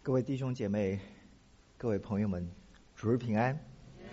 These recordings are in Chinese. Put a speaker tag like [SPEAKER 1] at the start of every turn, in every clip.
[SPEAKER 1] 各位弟兄姐妹，各位朋友们，主日平安。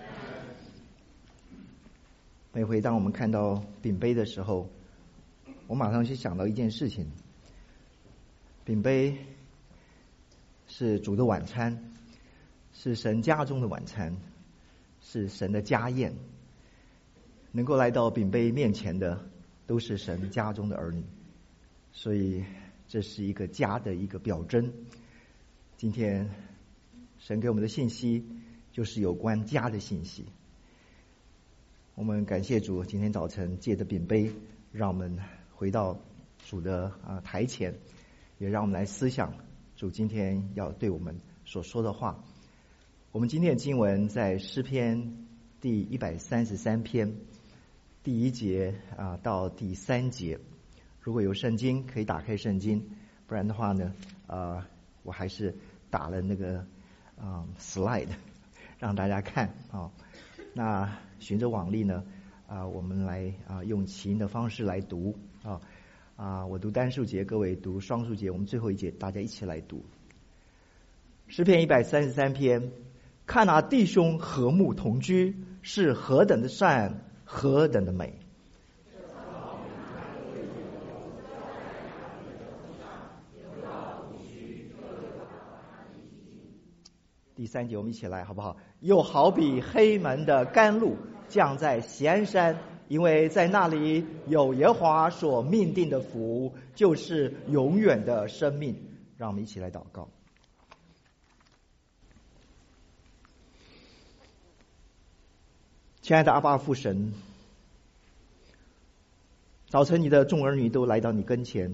[SPEAKER 1] 每回当我们看到饼杯的时候，我马上就想到一件事情：饼杯是主的晚餐，是神家中的晚餐，是神的家宴。能够来到饼杯面前的，都是神家中的儿女，所以这是一个家的一个表征。今天神给我们的信息就是有关家的信息。我们感谢主，今天早晨借着饼杯，让我们回到主的台前，也让我们来思想主今天要对我们所说的话。我们今天的经文在诗篇第133篇第1节到第3节。如果有圣经可以打开圣经，不然的话呢我还是打了那个slide 让大家看那循着往例呢我们来用起音的方式来读我读单数节，各位读双数节，我们最后一节大家一起来读。诗篇133篇，看弟兄和睦同居，是何等的善，何等的美。第3节我们一起来好不好？又好比黑门的甘露降在锡安山，因为在那里有耶和华所命定的福，就是永远的生命。让我们一起来祷告。亲爱的阿爸父神，早晨你的众儿女都来到你跟前，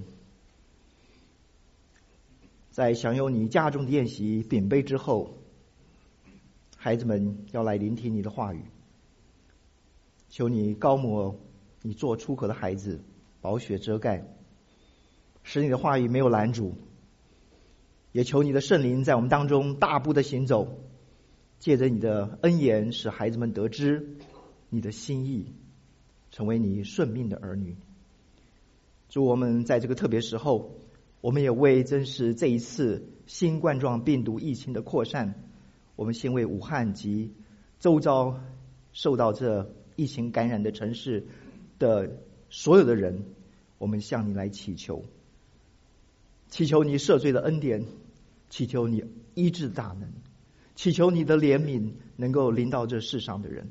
[SPEAKER 1] 在享用你家中的宴席饼杯之后，孩子们要来聆听你的话语。求你膏抹你做出口的孩子，宝血遮盖，使你的话语没有拦阻。也求你的圣灵在我们当中大步的行走，借着你的恩言，使孩子们得知你的心意，成为你顺命的儿女。祝我们在这个特别时候，我们也为真实这一次新冠状病毒疫情的扩散，我们先为武汉及周遭受到这疫情感染的城市的所有的人，我们向你来祈求，祈求你赦罪的恩典，祈求你医治大能，祈求你的怜悯能够临到这世上的人。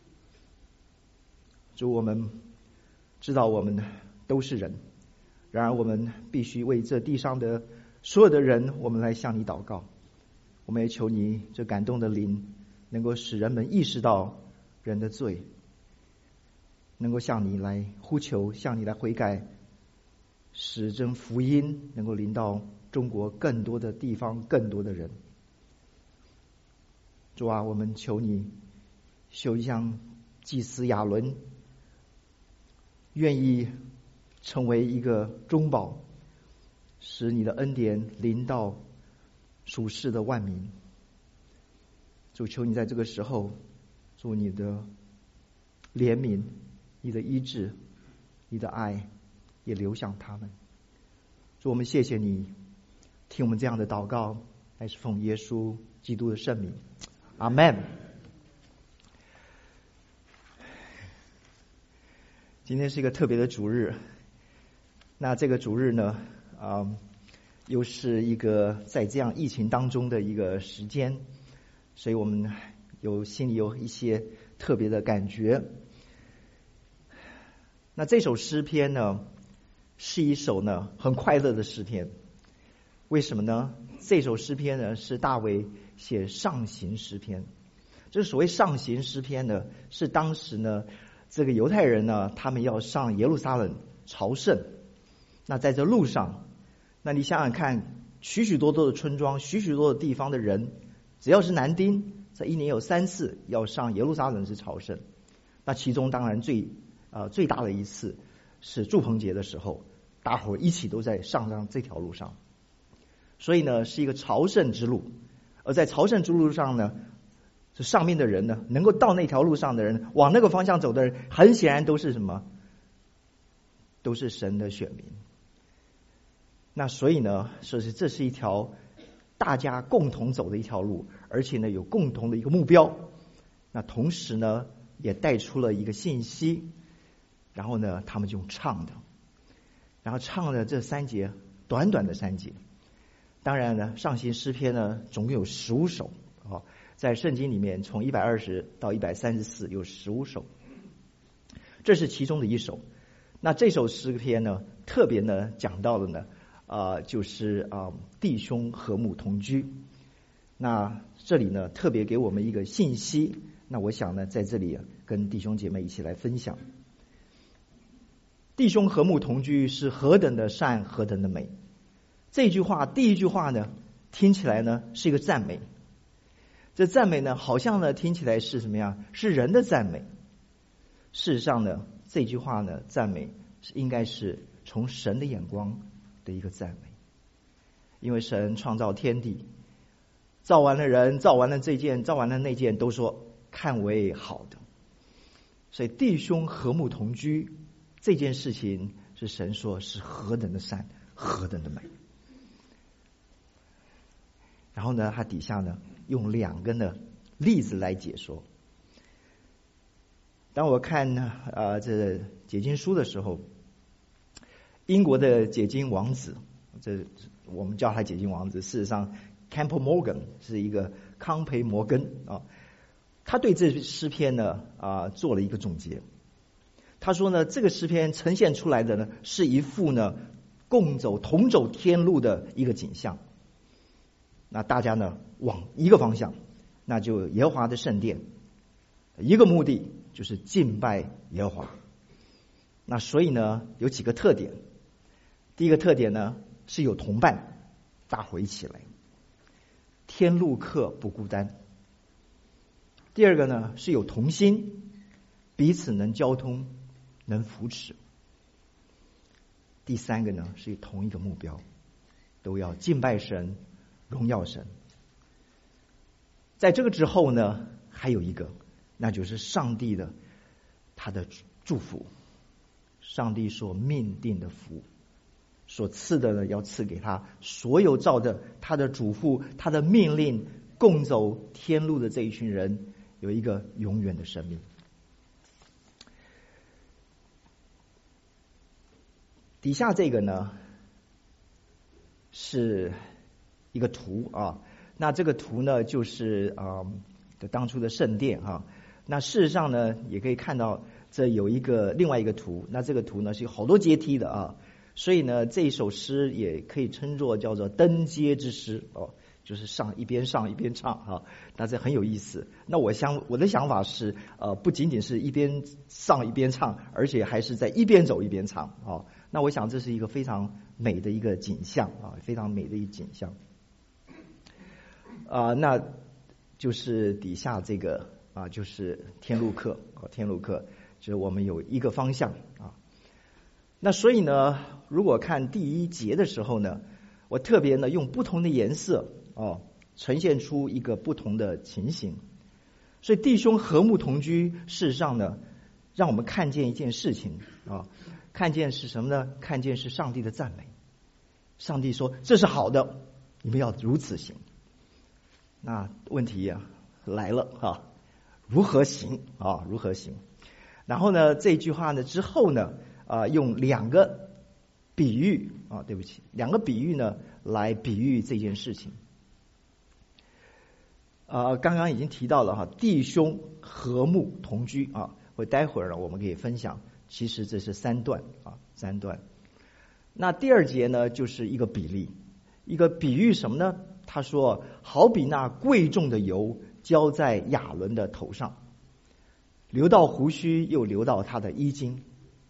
[SPEAKER 1] 主，我们知道我们都是人，然而我们必须为这地上的所有的人，我们来向你祷告。我们也求你这感动的灵能够使人们意识到人的罪，能够向你来呼求，向你来悔改，使真福音能够临到中国更多的地方，更多的人。主啊，我们求你修一像祭司亚伦愿意成为一个中保，使你的恩典临到属世的万民。主，求你在这个时候，主你的怜悯，你的医治，你的爱也流向他们。主，我们谢谢你听我们这样的祷告，乃是奉耶稣基督的圣名，阿们。今天是一个特别的主日，那这个主日呢又是一个在这样疫情当中的一个时间，所以我们心里有一些特别的感觉。那这首诗篇呢，是一首呢很快乐的诗篇。为什么呢？这首诗篇呢是大卫写上行诗篇。这所谓上行诗篇呢，是当时呢这个犹太人呢，他们要上耶路撒冷朝圣。那在这路上，那你想想看，许许多多的村庄，许许多的地方的人，只要是男丁，这一年有3次要上耶路撒冷去朝圣。那其中当然最大的一次是住棚节的时候，大伙一起都在上这条路上。所以呢，是一个朝圣之路。而在朝圣之路上呢，这上面的人呢，能够到那条路上的人，往那个方向走的人，很显然都是什么？都是神的选民。那所以呢，这是一条大家共同走的一条路，而且呢有共同的一个目标。那同时呢也带出了一个信息，然后呢他们就唱的，然后唱的这3节，短短的3节。当然呢上行诗篇呢总共有15首，在圣经里面从120到134有15首，这是其中的一首。那这首诗篇呢特别呢讲到了呢就是弟兄和睦同居。那这里呢特别给我们一个信息，那我想呢在这里跟弟兄姐妹一起来分享。弟兄和睦同居是何等的善，何等的美。这句话第一句话呢听起来呢是一个赞美，这赞美呢好像呢听起来是什么样？是人的赞美。事实上呢这句话呢赞美应该是从神的眼光的一个赞美。因为神创造天地，造完了人，造完了这件，造完了那件，都说看为好的。所以弟兄和睦同居这件事情是神说是何等的善，何等的美。然后呢他底下呢用2个呢例子来解说。当我看这解经书的时候，英国的解经王子，这我们叫他解经王子，事实上 Campbell Morgan 是一个康培摩根他对这诗篇呢做了一个总结。他说呢这个诗篇呈现出来的呢是一幅呢同走天路的一个景象。那大家呢往一个方向，那就耶和华的圣殿，一个目的就是敬拜耶和华。那所以呢有几个特点。第一个特点呢是有同伴，大伙一起来，天路客不孤单。第二个呢是有同心，彼此能交通，能扶持。第三个呢是同一个目标，都要敬拜神，荣耀神。在这个之后呢还有一个，那就是上帝的他的祝福。上帝所命定的福，所赐的呢要赐给他所有照着他的嘱咐，他的命令共走天路的这一群人有一个永远的生命。底下这个呢是一个图那这个图呢就是当初的圣殿那事实上呢也可以看到这有另外一个图，那这个图呢是有好多阶梯的所以呢这一首诗也可以称作叫做登阶之诗就是一边上一边唱那这很有意思。那我的想法是不仅仅是一边上一边唱，而且还是在一边走一边唱那我想这是一个非常美的一个景象非常美的一个景象那就是底下这个就是天路客就是我们有一个方向那所以呢如果看第1节的时候呢，我特别呢用不同的颜色呈现出一个不同的情形。所以弟兄和睦同居，事实上呢让我们看见一件事情看见是什么呢？看见是上帝的赞美。上帝说这是好的，你们要如此行。那问题来了如何行如何行？然后呢这句话呢之后呢用2个比喻2个比喻呢来比喻这件事情。刚刚已经提到了弟兄和睦同居待会儿呢我们可以分享，其实这是3段3段。那第2节呢就是一个比例，一个比喻什么呢？他说好比那贵重的油浇在亚伦的头上，流到胡须，又流到他的衣襟。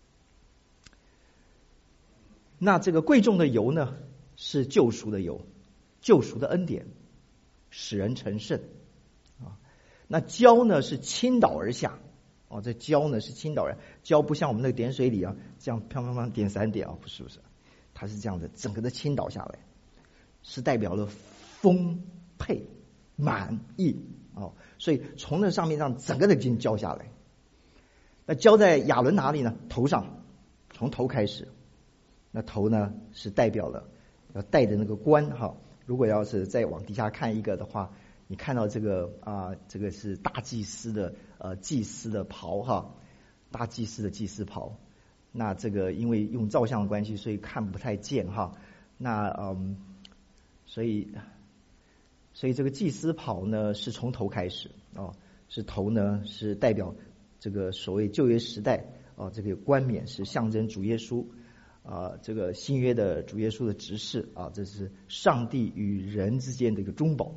[SPEAKER 1] 那这个贵重的油呢是救赎的油，救赎的恩典，使人成圣那浇呢是倾倒而下这浇呢是倾倒而下，浇不像我们那个点水里这样砰砰砰点3点不是，它是这样的整个的倾倒下来，是代表了丰沛满意所以从那上面让整个的经浇下来。那浇在亚伦哪里呢？头上，从头开始。那头呢是代表了要戴的那个冠如果要是再往底下看一个的话，你看到这个这个是大祭司的祭司的袍哈，大祭司的祭司袍。那这个因为用照相的关系，所以看不太见哈。那所以这个祭司袍呢是从头开始是头呢是代表这个所谓旧约时代这个冠冕是象征主耶稣这个新约的主耶稣的执事这是上帝与人之间的一个中保。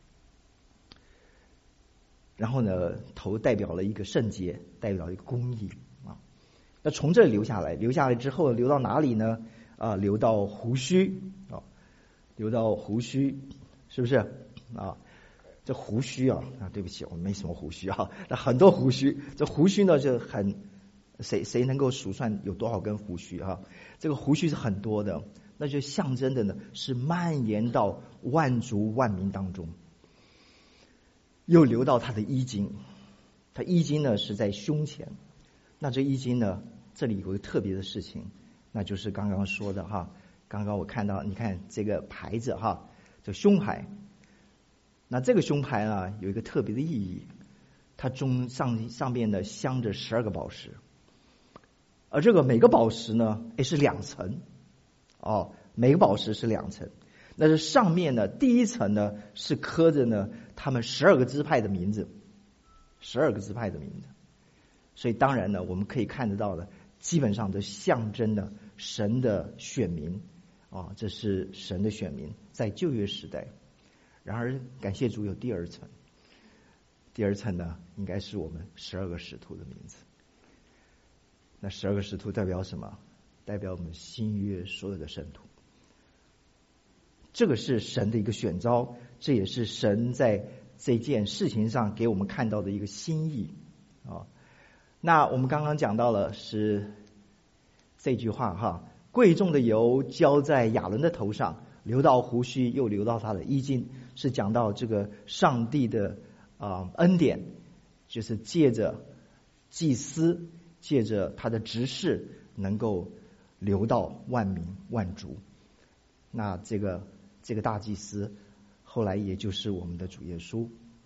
[SPEAKER 1] 然后呢，头代表了一个圣洁，代表一个公义那从这里流下来之后流到哪里呢？流到胡须流到胡须，是不是这胡须对不起，我没什么胡须那很多胡须。这胡须呢就很谁能够数算有多少根胡须这个胡须是很多的，那就象征的呢是蔓延到万族万民当中。又流到他的衣襟，他衣襟呢是在胸前。那这衣襟呢，这里有一个特别的事情，那就是刚刚说的刚刚我看到，你看这个牌子这胸牌。那这个胸牌呢有一个特别的意义，它上面呢镶着12个宝石，而这个每个宝石呢是2层每个宝石是2层。那是上面呢第一层呢是刻着呢他们12个支派的名字，12个支派的名字。所以当然呢我们可以看得到的，基本上都象征了神的选民这是神的选民在旧约时代。然而感谢主有第2层，第2层呢应该是我们12个使徒的名字。那12个使徒代表什么？代表我们新约所有的圣徒。这个是神的一个选召，这也是神在这件事情上给我们看到的一个心意那我们刚刚讲到了是这句话贵重的油浇在亚伦的头上，流到胡须，又流到他的衣襟，是讲到这个上帝的恩典，就是借着祭司，借着他的执事，能够流到万民万族。那这个大祭司后来也就是我们的主耶稣。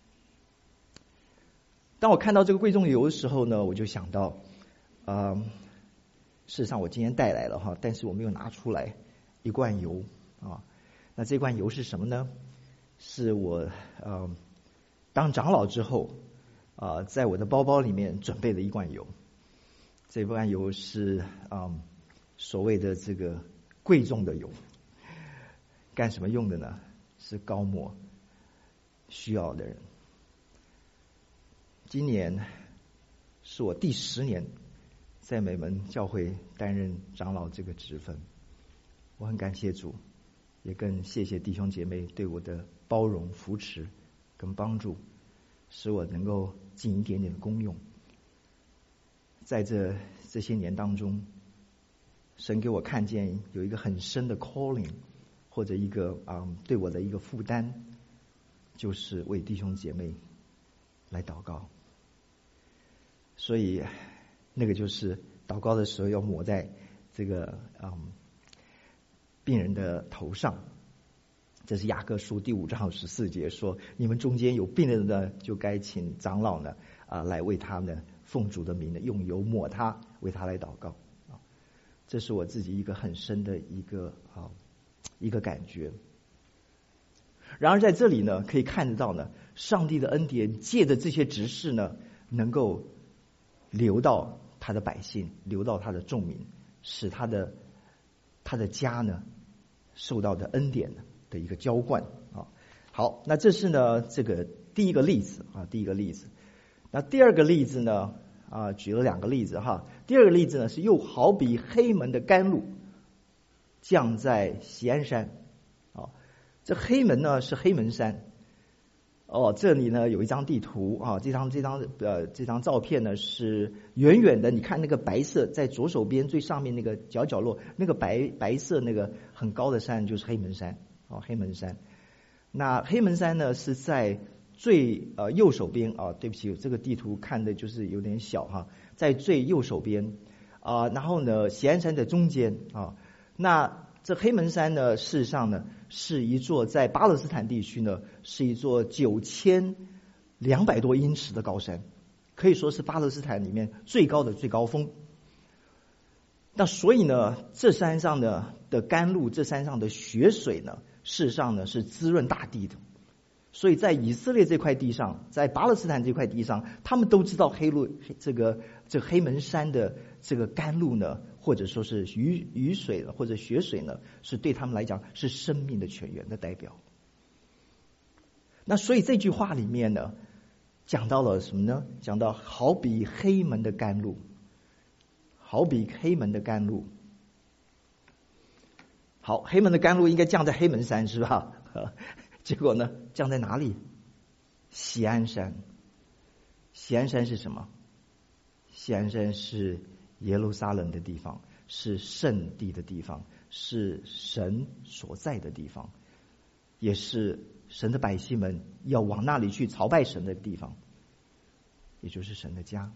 [SPEAKER 1] 当我看到这个贵重油的时候呢，我就想到事实上我今天带来了但是我没有拿出来一罐油那这罐油是什么呢？是我当长老之后在我的包包里面准备的一罐油。这罐油是所谓的这个贵重的油。干什么用的呢？是膏抹需要的人。今年是我第10年在美门教会担任长老这个职分，我很感谢主，也更谢谢弟兄姐妹对我的包容、扶持跟帮助，使我能够尽一点点的功用。在这些年当中，神给我看见有一个很深的 calling，或者一个对我的一个负担，就是为弟兄姐妹来祷告。所以那个就是祷告的时候要抹在这个病人的头上。这是雅各书第5章14节说，你们中间有病人的，就该请长老呢来为他呢奉主的名呢用油抹他，为他来祷告这是我自己一个很深的一个感觉。然而在这里呢可以看得到呢，上帝的恩典借着这些执事呢能够流到他的百姓，流到他的众民，使他的家呢受到的恩典的一个浇灌好，那这是呢这个第一个例子那第二个例子呢举了2个例子第二个例子呢是又好比黑门的甘露降在锡安山这黑门呢是黑门山这里呢有一张地图这张照片呢是远远的，你看那个白色在左手边最上面那个角落，那个白色那个很高的山就是黑门山黑门山。那黑门山呢是在最右手边对不起，这个地图看的就是有点小在最右手边然后呢锡安山在中间那这黑门山呢事实上呢是一座在巴勒斯坦地区呢，是一座9200多英尺的高山，可以说是巴勒斯坦里面最高的最高峰。那所以呢，这山上的甘露，这山上的雪水呢，事实上呢是滋润大地的。所以在以色列这块地上，在巴勒斯坦这块地上，他们都知道黑门山的这个甘露呢，或者说是雨水或者雪水呢，是对他们来讲是生命的泉源的代表。那所以这句话里面呢，讲到了什么呢？讲到好比黑门的甘露，好比黑门的甘露。好，黑门的甘露应该降在黑门山是吧？结果呢，降在哪里？锡安山。锡安山是什么？锡安山是耶路撒冷的地方，是圣地的地方，是神所在的地方，也是神的百姓们要往那里去朝拜神的地方，也就是神的家。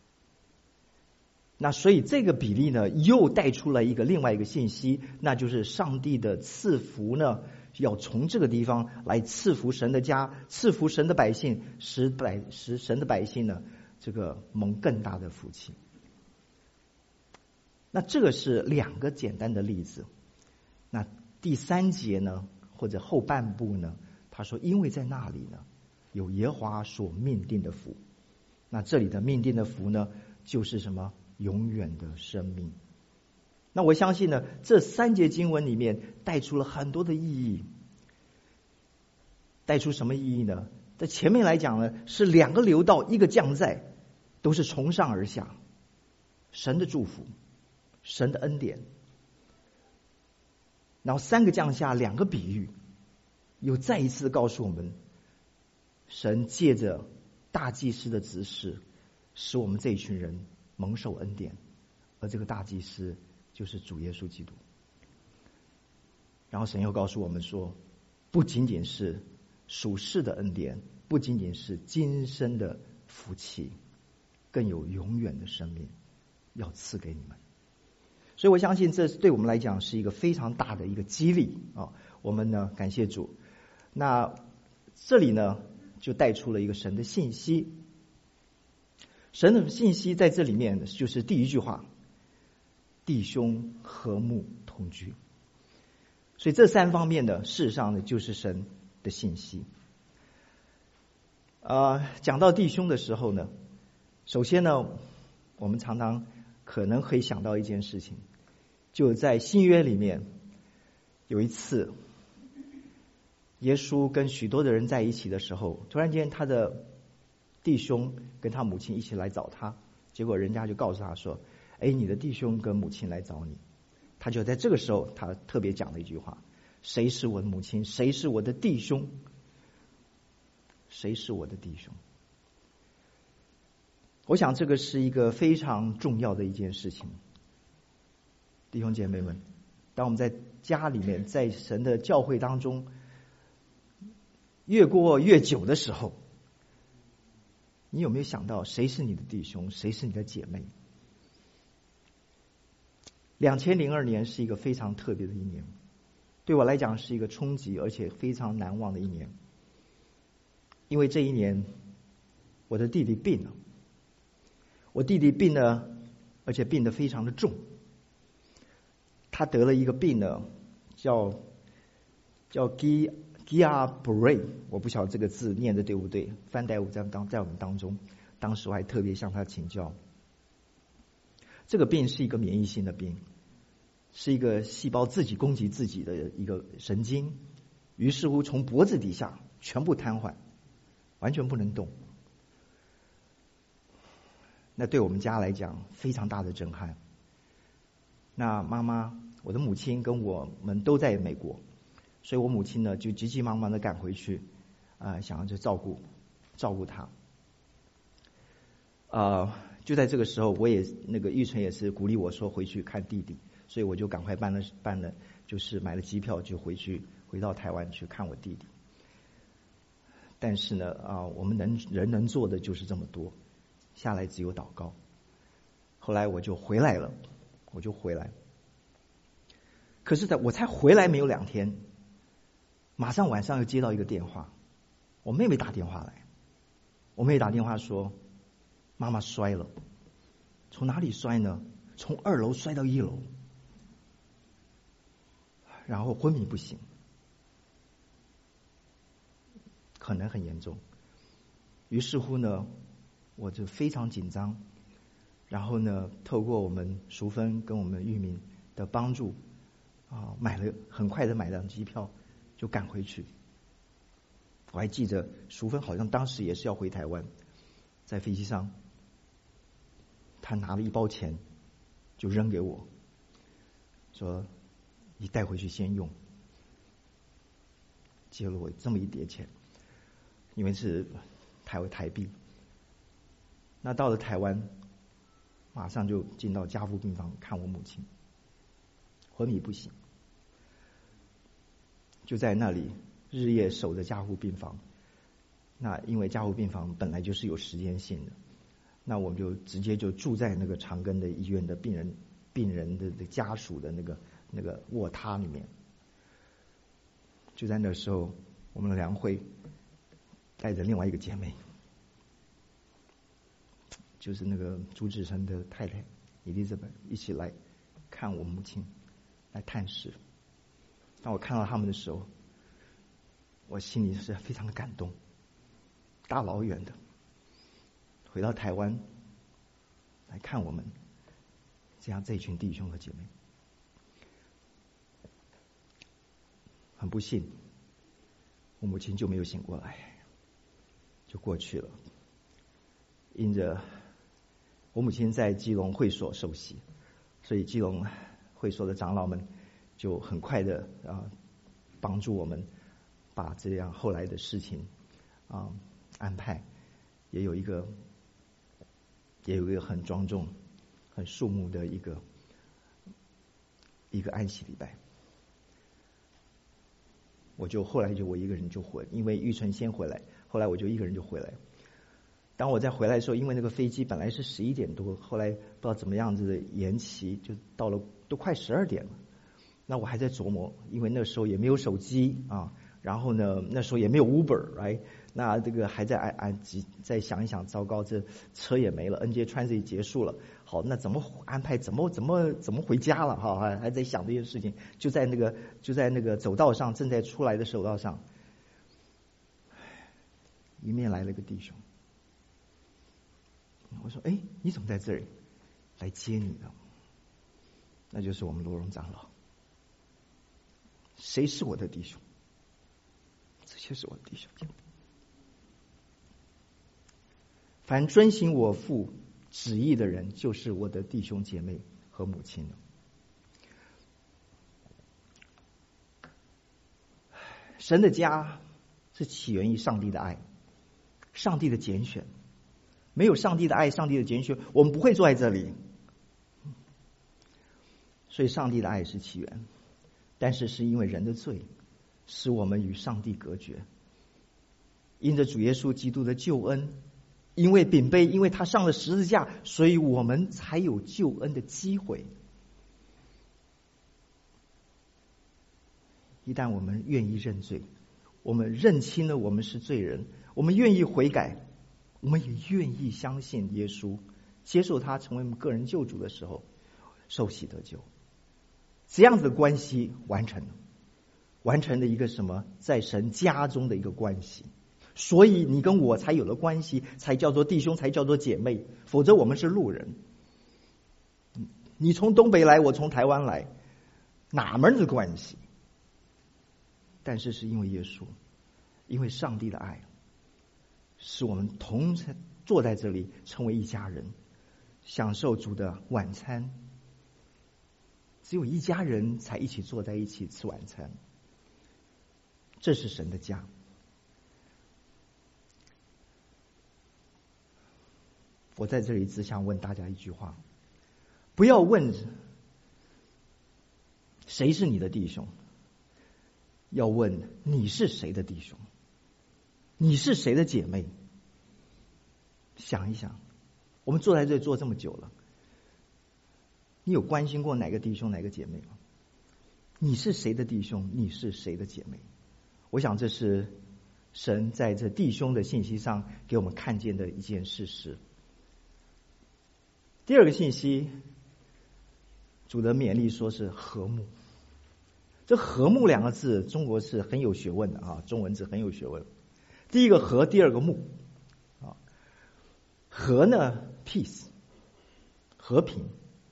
[SPEAKER 1] 那所以这个比例呢，又带出了另外一个信息，那就是上帝的赐福呢，要从这个地方来赐福神的家，赐福神的百姓，使神的百姓呢，这个蒙更大的福气。那这个是2个简单的例子。那第3节呢，或者后半部呢，他说因为在那里呢，有耶和华所命定的福。那这里的命定的福呢，就是什么？永远的生命。那我相信呢，这3节经文里面带出了很多的意义。带出什么意义呢？在前面来讲呢，是2个流到1个降在，都是从上而下，神的祝福，神的恩典。然后3个降下，2个比喻，又再一次告诉我们，神借着大祭司的指示，使我们这一群人蒙受恩典，而这个大祭司就是主耶稣基督。然后神又告诉我们说，不仅仅是属世的恩典，不仅仅是今生的福气，更有永远的生命要赐给你们。所以我相信这对我们来讲是一个非常大的一个激励啊！我们呢，感谢主。那这里呢，就带出了一个神的信息。神的信息在这里面就是第一句话，弟兄和睦同居。所以这3方面的事实上呢，就是神的信息。讲到弟兄的时候呢，首先呢，我们常常可能可以想到一件事情，就在新约里面有一次，耶稣跟许多的人在一起的时候，突然间他的弟兄跟他母亲一起来找他，结果人家就告诉他说，你的弟兄跟母亲来找你。他就在这个时候，他特别讲了一句话，谁是我的母亲，谁是我的弟兄，谁是我的弟兄。我想这个是一个非常重要的一件事情。弟兄姐妹们，当我们在家里面，在神的教会当中越过越久的时候，你有没有想到谁是你的弟兄，谁是你的姐妹？2002年是一个非常特别的一年，对我来讲是一个冲击而且非常难忘的一年。因为这一年我的弟弟病了，我弟弟病了，而且病得非常的重。他得了一个病呢，叫 Guillain-Barré， 我不晓得这个字念的对不对，范代武在我们当中，当时我还特别向他请教。这个病是一个免疫性的病，是一个细胞自己攻击自己的一个神经，于是乎从脖子底下全部瘫痪，完全不能动。那对我们家来讲非常大的震撼。那妈妈，我的母亲跟我们都在美国，所以我母亲呢就急急忙忙的赶回去，想要去照顾她。就在这个时候，我也玉纯也是鼓励我说回去看弟弟，所以我就赶快办了，就是买了机票就回到台湾去看我弟弟。但是呢，我们人能做的就是这么多，下来只有祷告。后来我就回来了，可是我才回来没有2天， 马上晚上又接到一个电话，我妹妹打电话来，我妹妹打电话说妈妈摔了。从哪里摔呢？从2楼摔到1楼，然后昏迷不醒，可能很严重。于是乎呢，我就非常紧张，然后呢，透过我们淑芬跟我们玉明的帮助很快的买辆机票就赶回去。我还记得淑芬好像当时也是要回台湾，在飞机上他拿了一包钱就扔给我，说你带回去先用。借了我这么一叠钱，因为是台币。那到了台湾，马上就进到加护病房看我母亲，昏迷不醒，就在那里日夜守着加护病房。那因为加护病房本来就是有时间性的，那我们就直接就住在那个长庚的医院的病人的家属的那个卧榻里面。就在那时候，我们的梁慧带着另外一个姐妹，就是那个朱志成的太太Elizabeth，一起来看我母亲，来探视。当我看到他们的时候，我心里是非常的感动。大老远的回到台湾来看我们这一群弟兄和姐妹。很不幸，我母亲就没有醒过来，就过去了。因着我母亲在基隆会所受洗，所以基隆会所的长老们就很快的帮助我们把这样后来的事情安排，也有一个很庄重、很肃穆的一个安息礼拜。后来我一个人就回，因为玉纯先回来，后来我就一个人就回来。当我再回来的时候，因为那个飞机本来是11点多，后来不知道怎么样子的延期，就到了都快12点了。那我还在琢磨，因为那时候也没有手机然后呢，那时候也没有 Uber， 那这个还再想一想，糟糕，这车也没了 ，NJ Transit 结束了，好，那怎么安排？怎么回家了？还在想这些事情，就在那个走道上，正在出来的走道上，迎面来了个弟兄，我说：“哎，你怎么在这里？来接你的，那就是我们罗荣长老。谁是我的弟兄？这些是我的弟兄姐妹。凡遵行我父旨意的人，就是我的弟兄姐妹和母亲了。”神的家是起源于上帝的爱，上帝的拣选。没有上帝的爱，上帝的拣选，我们不会坐在这里。所以上帝的爱是起源，但是是因为人的罪，使我们与上帝隔绝。因着主耶稣基督的救恩，因为饼杯，因为他上了十字架，所以我们才有救恩的机会。一旦我们愿意认罪，我们认清了我们是罪人，我们愿意悔改，我们也愿意相信耶稣，接受他成为我们个人救主的时候，受洗得救。这样子的关系完成了一个什么？在神家中的一个关系。所以你跟我才有了关系，才叫做弟兄，才叫做姐妹，否则我们是路人。你从东北来，我从台湾来，哪门子关系？但是是因为耶稣，因为上帝的爱，使我们同坐在这里，成为一家人，享受主的晚餐。只有一家人才一起坐在一起吃晚餐，这是神的家。我在这里只想问大家一句话：不要问谁是你的弟兄，要问你是谁的弟兄，你是谁的姐妹。想一想，我们坐在这里坐这么久了，你有关心过哪个弟兄哪个姐妹吗？你是谁的弟兄，你是谁的姐妹？ 我想这是神在这弟兄的信息上给我们看见的一件事实。第二个信息，主的勉励说是和睦。这和睦两个字，中国是很有学问的啊，中文字很有学问。第一个和，第二个睦啊。和呢 ，peace， 和平。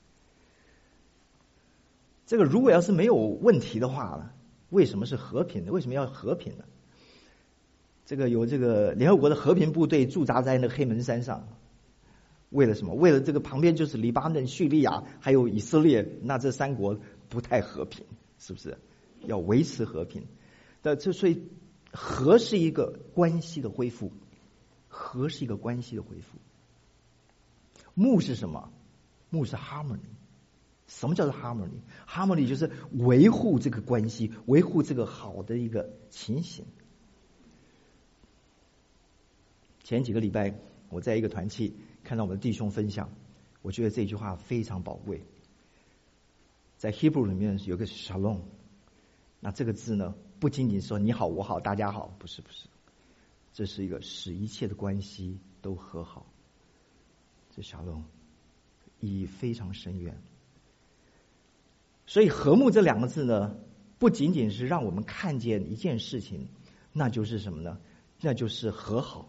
[SPEAKER 1] 这个如果要是没有问题的话呢，为什么是和平呢？为什么要和平呢？这个有这个联合国的和平部队驻扎在那黑门山上，为了什么？为了这个旁边就是黎巴嫩、叙利亚还有以色列，那这三国不太和平，是不是？要维持和平。所以和是一个关系的恢复，和是一个关系的恢复。睦是什么？睦是 harmony。什么叫做 harmony？harmony 就是维护这个关系，维护这个好的一个情形。前几个礼拜我在一个团契看到我们的弟兄分享，我觉得这句话非常宝贵。在 Hebrew 里面有个 shalom， 那这个字呢，不仅仅说你好我好大家好，不是，这是一个使一切的关系都和好。这 shalom 意义非常深远。所以和睦这两个字呢，不仅仅是让我们看见一件事情，那就是什么呢？那就是和好。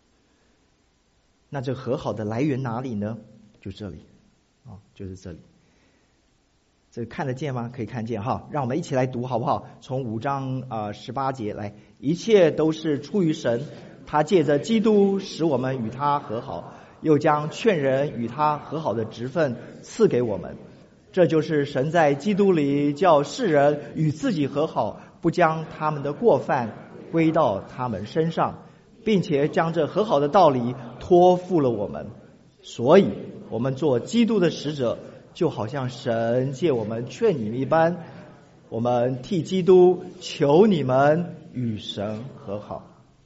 [SPEAKER 1] 那这和好的来源哪里呢？就这里啊，就是这里。这看得见吗？可以看见哈，让我们一起来读好不好？从5章18节来，一切都是出于神，他借着基督使我们与他和好，又将劝人与他和好的职分赐给我们。这就是神在基督里叫世人与自己和好，不将他们的过犯归到他们身上，并且将这和好的道理托付了我们。所以我们做基督的使者，就好像神借我们劝你们一般，我们替基督求你们与神和好。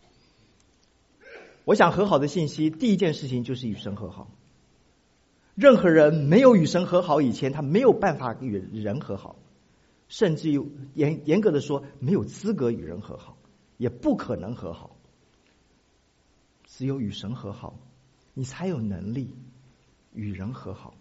[SPEAKER 1] 我想和好的信息，第一件事情就是与神和好。任何人没有与神和好以前，他没有办法与人和好，甚至于严格的说，没有资格与人和好，也不可能和好。只有与神和好，你才有能力与人和好。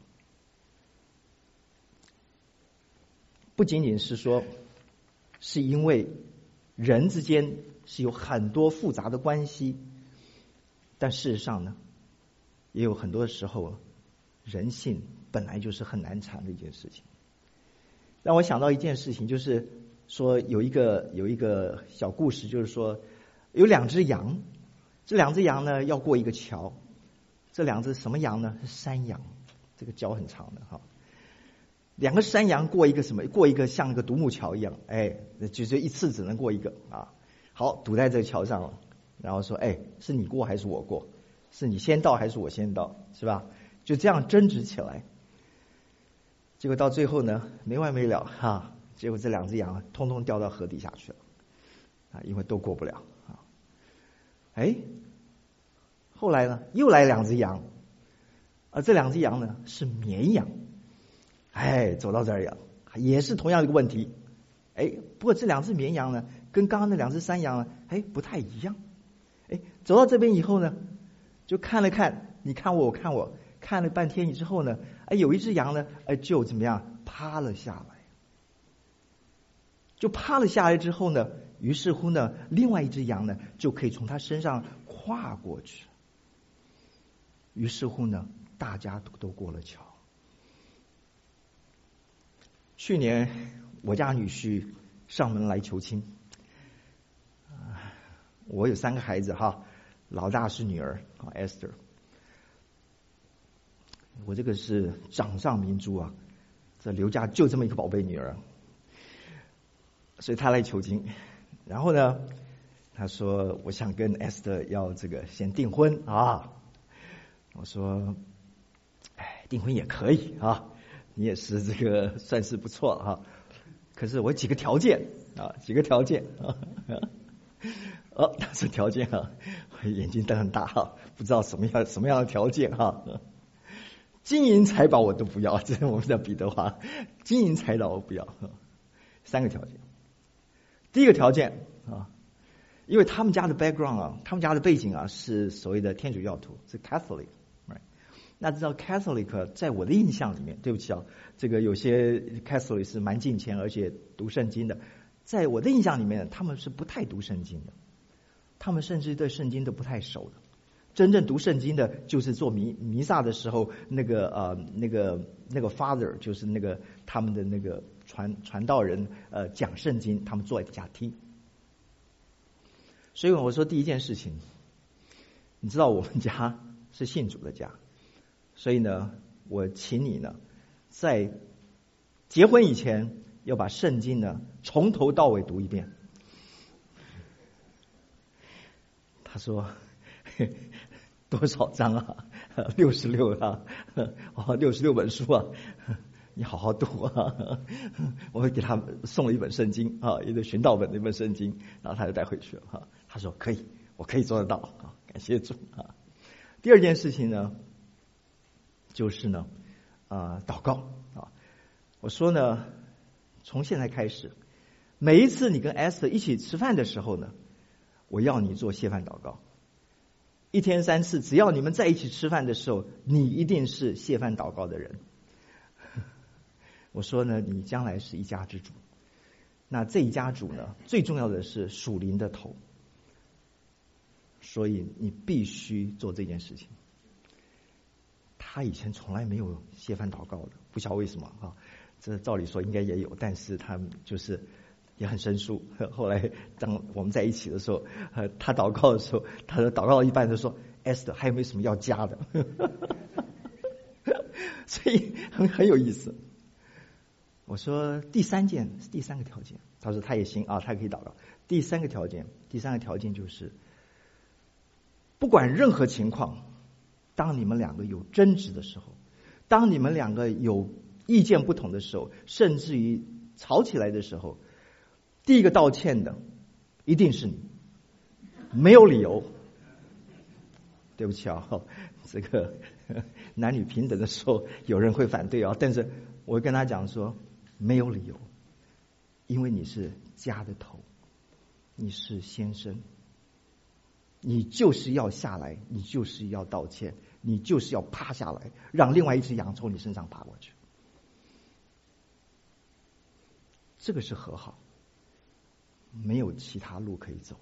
[SPEAKER 1] 不仅仅是说，是因为人之间是有很多复杂的关系，但事实上呢，也有很多时候人性本来就是很难缠的一件事情。让我想到一件事情，就是说有一个小故事，就是说有2只羊，这2只羊呢要过一个桥。这2只什么羊呢？是山羊，这个脚很长的哈。2个山羊过一个什么？过一个像一个独木桥一样，就一次只能过一个啊。好，堵在这个桥上了，然后说，是你过还是我过？是你先到还是我先到？是吧？就这样争执起来，结果到最后呢，没完没了哈。结果这2只羊通通掉到河底下去了啊，因为都过不了啊。后来呢，又来2只羊，这2只羊呢是绵羊，走到这儿也是同样的一个问题。不过这2只绵羊呢，跟刚刚那2只山羊呢，不太一样。走到这边以后呢，就看了看，你看我，我看我。看了半天之后呢，有一只羊呢，就怎么样趴了下来。就趴了下来之后呢，于是乎呢，另外一只羊呢就可以从它身上跨过去。于是乎呢，大家都过了桥。去年我家女婿上门来求亲，我有3个孩子哈，老大是女儿Esther。我这个是掌上明珠啊，这刘家就这么一个宝贝女儿，所以他来求亲。然后呢，他说我想跟 Esther 要这个先订婚啊。我说，订婚也可以啊，你也是这个算是不错啊。可是我几个条件啊，他说条件啊，眼睛瞪很大哈，不知道什么样的条件哈。金银财宝我都不要，这是我们叫彼得话，金银财宝我不要。3个条件。第一个条件啊， 因为他们家的 background 啊，他们家的背景啊是所谓的天主教徒，是 Catholic。Right？ 那知道 Catholic 在我的印象里面，对不起啊，这个有些 Catholic 是蛮敬虔而且读圣经的，在我的印象里面，他们是不太读圣经的，他们甚至对圣经都不太熟的。真正读圣经的，就是做弥撒的时候，那个 father 就是那个他们的那个传道人讲圣经，他们坐在底下听。所以我说第一件事情，你知道我们家是信主的家，所以呢，我请你呢，在结婚以前要把圣经呢从头到尾读一遍。他说多少章啊？66啊，66本书啊，你好好读啊。我会给他送了一本圣经啊，一个寻道本的一本圣经，然后他就带回去了哈。他说可以，我可以做得到啊，感谢主啊。第二件事情呢，就是呢祷告啊。我说呢，从现在开始，每一次你跟 Esther 一起吃饭的时候呢，我要你做谢饭祷告。1天3次，只要你们在一起吃饭的时候，你一定是谢饭祷告的人。我说呢，你将来是一家之主，那这一家主呢，最重要的是属灵的头，所以你必须做这件事情。他以前从来没有谢饭祷告的，不晓得为什么啊？这照理说应该也有，但是他就是也很生疏。后来当我们在一起的时候，他祷告的时候，他祷告到一半就说 ：“Esther 还有没有什么要加的？”所以很有意思。我说第三个条件，他说他也行啊，他可以祷告。第三个条件就是，不管任何情况，当你们两个有争执的时候，当你们两个有意见不同的时候，甚至于吵起来的时候，第一个道歉的一定是你，没有理由。对不起啊，这个男女平等的时候有人会反对啊，但是我跟他讲说没有理由，因为你是家的头，你是先生，你就是要下来，你就是要道歉，你就是要趴下来，让另外一只羊从你身上爬过去。这个是和好，没有其他路可以走。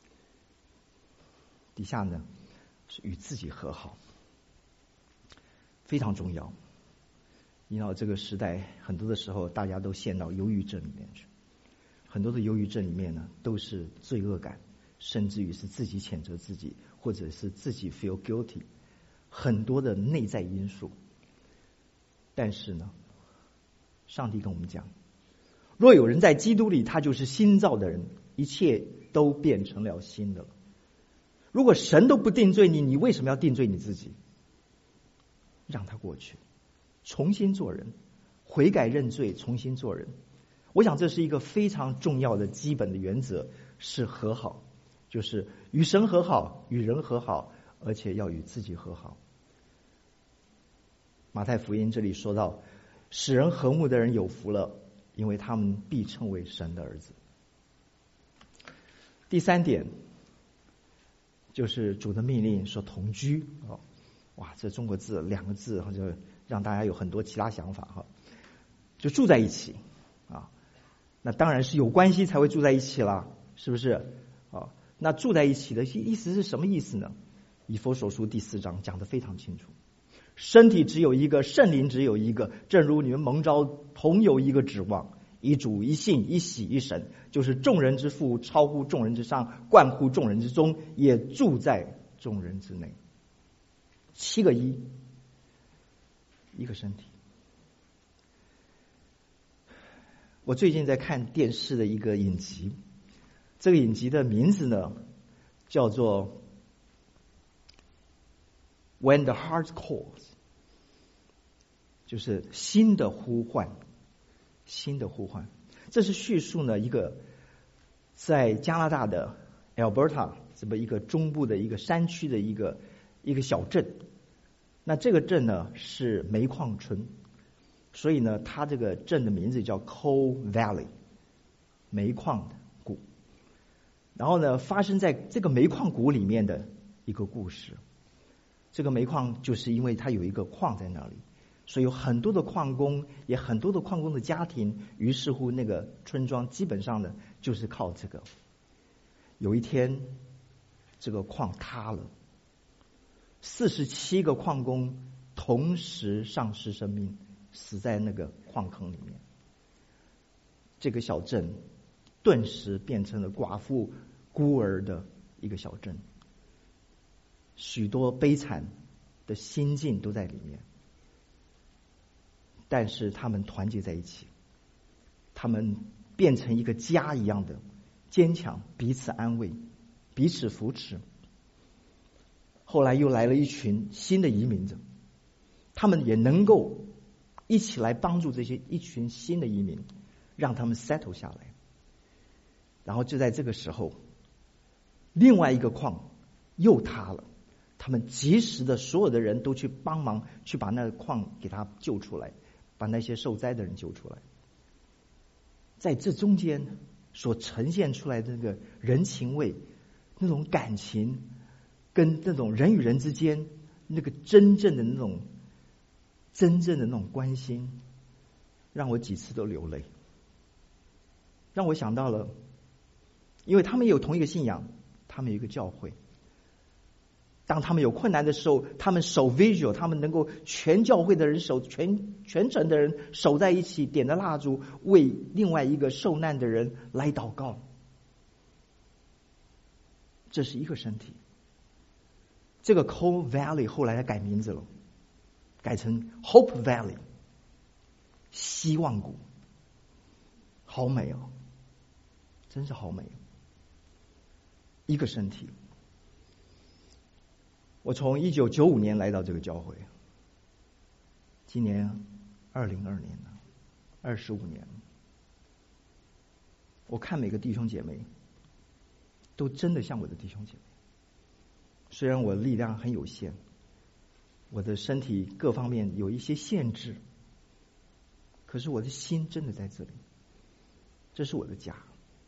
[SPEAKER 1] 底下呢是与自己和好，非常重要。因为这个时代很多的时候大家都陷到忧郁症里面去，很多的忧郁症里面呢都是罪恶感，甚至于是自己谴责自己，或者是自己 feel guilty， 很多的内在因素。但是呢，上帝跟我们讲，若有人在基督里，他就是新造的人，一切都变成了新的了。如果神都不定罪你，你为什么要定罪你自己？让他过去，重新做人，悔改认罪，重新做人。我想这是一个非常重要的基本的原则，是和好，就是与神和好，与人和好，而且要与自己和好。马太福音这里说到，使人和睦的人有福了，因为他们必称为神的儿子。第三点就是主的命令说同居。哇，这中国字2个字就让大家有很多其他想法哈，就住在一起啊。那当然是有关系才会住在一起啦，是不是啊？那住在一起的意思是什么意思呢？以弗所书第4章讲得非常清楚，身体只有一个，圣灵只有一个，正如你们蒙召同有一个指望，一主一信一喜一神，就是众人之父，超乎众人之上，贯乎众人之中，也住在众人之内。7个一，一个身体。我最近在看电视的一个影集，这个影集的名字呢叫做 When the Heart Calls， 就是心的呼唤，心的呼唤。这是叙述呢一个在加拿大的 Alberta 这么一个中部的一个山区的一个小镇。那这个镇呢是煤矿村，所以呢它这个镇的名字叫 Coal Valley， 煤矿的谷。 然后呢，发生在这个煤矿谷里面的一个故事。这个煤矿就是因为它有一个矿在那里，所以有很多的矿工，也很多的矿工的家庭，于是乎那个村庄基本上呢就是靠这个。有一天，这个矿塌了，47个矿工同时丧失生命，死在那个矿坑里面。这个小镇顿时变成了寡妇孤儿的一个小镇，许多悲惨的心境都在里面。但是他们团结在一起，他们变成一个家一样的坚强，彼此安慰，彼此扶持。后来又来了一群新的移民者，他们也能够一起来帮助这些一群新的移民，让他们 settle 下来。然后就在这个时候，另外一个矿又塌了，他们及时的所有的人都去帮忙，去把那个矿给他救出来，把那些受灾的人救出来。在这中间所呈现出来的那个人情味，那种感情，跟那种人与人之间那个真正的那种关心，让我几次都流泪，让我想到了，因为他们有同一个信仰，他们有一个教会。当他们有困难的时候，他们守 vigil， 他们能够全教会的人守，全城的人守在一起，点着蜡烛为另外一个受难的人来祷告。这是一个身体。这个 Coal Valley 后来改名字了，改成 Hope Valley， 希望谷。好美哦，真是好美哦。一个身体。我从1995年来到这个教会，今年2022年了，25年了。我看每个弟兄姐妹都真的像我的弟兄姐妹，虽然我的力量很有限，我的身体各方面有一些限制，可是我的心真的在这里，这是我的家。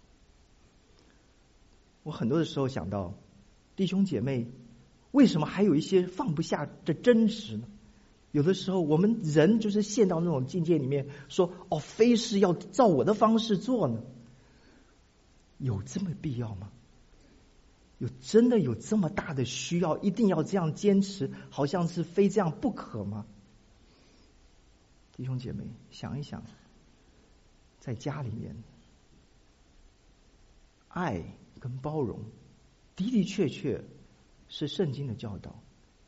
[SPEAKER 1] 我很多的时候想到弟兄姐妹为什么还有一些放不下的真实呢？有的时候我们人就是陷到那种境界里面，说非是要照我的方式做呢？有这么必要吗？真的有这么大的需要，一定要这样坚持，好像是非这样不可吗？弟兄姐妹，想一想，在家里面，爱跟包容的的确确是圣经的教导。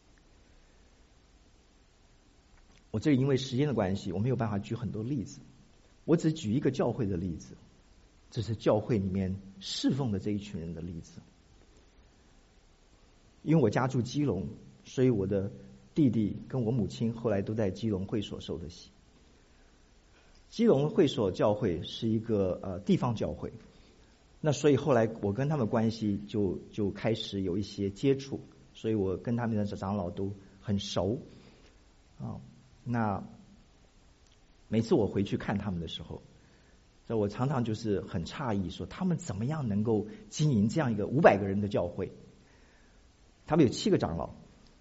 [SPEAKER 1] 我这里因为时间的关系，我没有办法举很多例子，我只举一个教会的例子，这是教会里面侍奉的这一群人的例子。因为我家住基隆，所以我的弟弟跟我母亲后来都在基隆会所受的洗。基隆会所教会是一个地方教会，那所以后来我跟他们关系就开始有一些接触，所以我跟他们的长老都很熟啊。那每次我回去看他们的时候，我常常就是很诧异，说他们怎么样能够经营这样一个500个人的教会。他们有7个长老，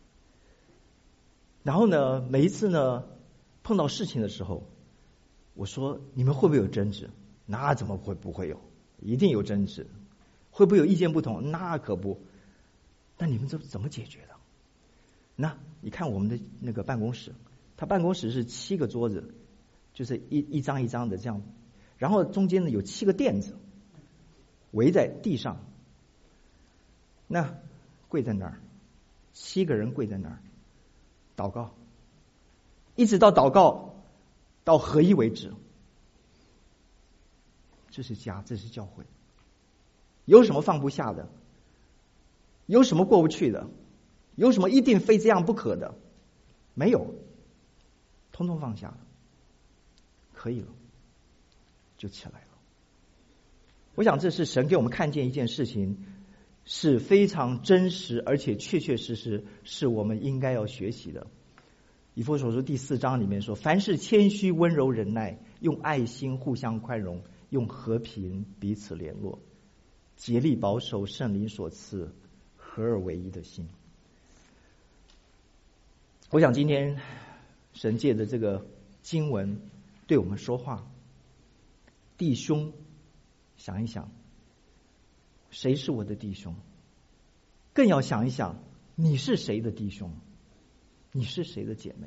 [SPEAKER 1] 然后呢，每一次呢碰到事情的时候，我说你们会不会有争执？那怎么会不会有？一定有争执。会不会有意见不同？那可不。那你们怎么解决的？那你看我们的那个办公室，他办公室是7个桌子，就是一张一张的这样，然后中间呢有7个垫子围在地上，那跪在那儿，7个人跪在那儿祷告，一直到祷告到合一为止。这是家，这是教会。有什么放不下的？有什么过不去的？有什么一定非这样不可的？没有，通通放下了，可以了，就起来了。我想这是神给我们看见一件事情，是非常真实，而且确确实实是我们应该要学习的。以弗所书第4章里面说，凡事谦虚温柔忍耐，用爱心互相宽容，用和平彼此联络。 竭力保守圣灵所赐合而为一的心。我想今天神借的这个经文对我们说话，弟兄，想一想，谁是我的弟兄？更要想一想，你是谁的弟兄？你是谁的姐妹？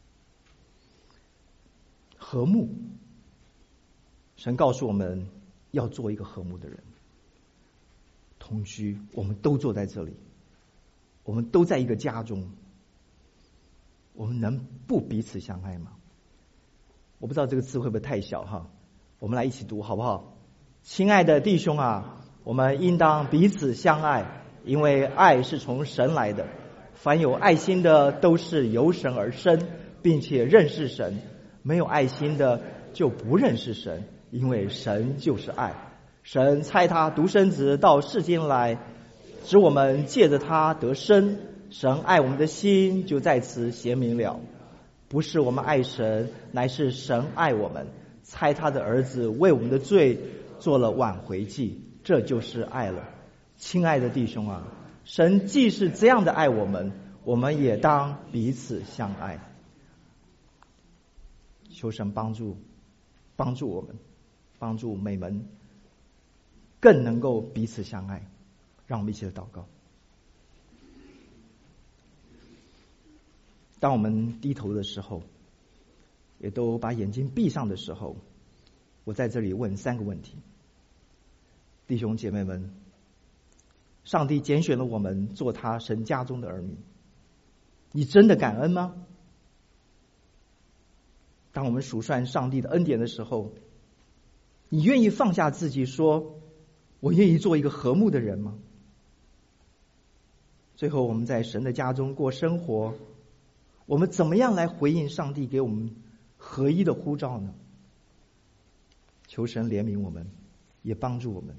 [SPEAKER 1] 和睦，神告诉我们要做一个和睦的人。同居，我们都坐在这里，我们都在一个家中，我们能不彼此相爱吗？我不知道这个字会不会太小哈，我们来一起读好不好？亲爱的弟兄啊，我们应当彼此相爱，因为爱是从神来的。凡有爱心的都是由神而生，并且认识神；没有爱心的就不认识神，因为神就是爱。神差他独生子到世间来，使我们借着他得生。神爱我们的心就在此显明了，不是我们爱神，乃是神爱我们，差他的儿子为我们的罪做了挽回祭，这就是爱了。亲爱的弟兄啊，神既是这样的爱我们，我们也当彼此相爱。求神帮助我们，帮助美门更能够彼此相爱。让我们一起来祷告。当我们低头的时候，也都把眼睛闭上的时候，我在这里问3个问题。弟兄姐妹们，上帝拣选了我们做他神家中的儿女，你真的感恩吗？当我们数算上帝的恩典的时候，你愿意放下自己说我愿意做一个和睦的人吗？最后我们在神的家中过生活，我们怎么样来回应上帝给我们合一的呼召呢？求神怜悯我们，也帮助我们。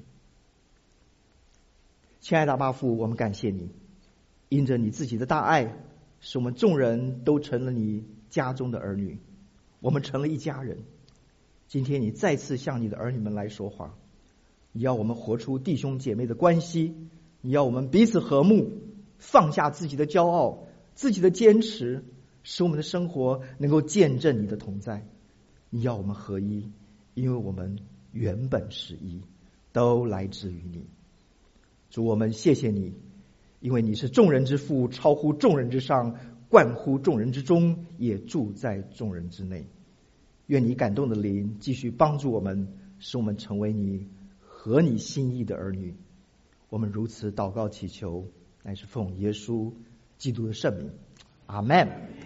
[SPEAKER 1] 亲爱的阿爸父，我们感谢你，因着你自己的大爱，使我们众人都成了你家中的儿女，我们成了一家人。今天你再次向你的儿女们来说话，你要我们活出弟兄姐妹的关系，你要我们彼此和睦，放下自己的骄傲，自己的坚持，使我们的生活能够见证你的同在。你要我们合一，因为我们原本是一，都来自于你。主，我们谢谢你，因为你是众人之父，超乎众人之上，贯乎众人之中，也住在众人之内。愿你感动的灵继续帮助我们，使我们成为你合你心意的儿女。我们如此祷告祈求，乃是奉耶稣基督的圣名，阿们。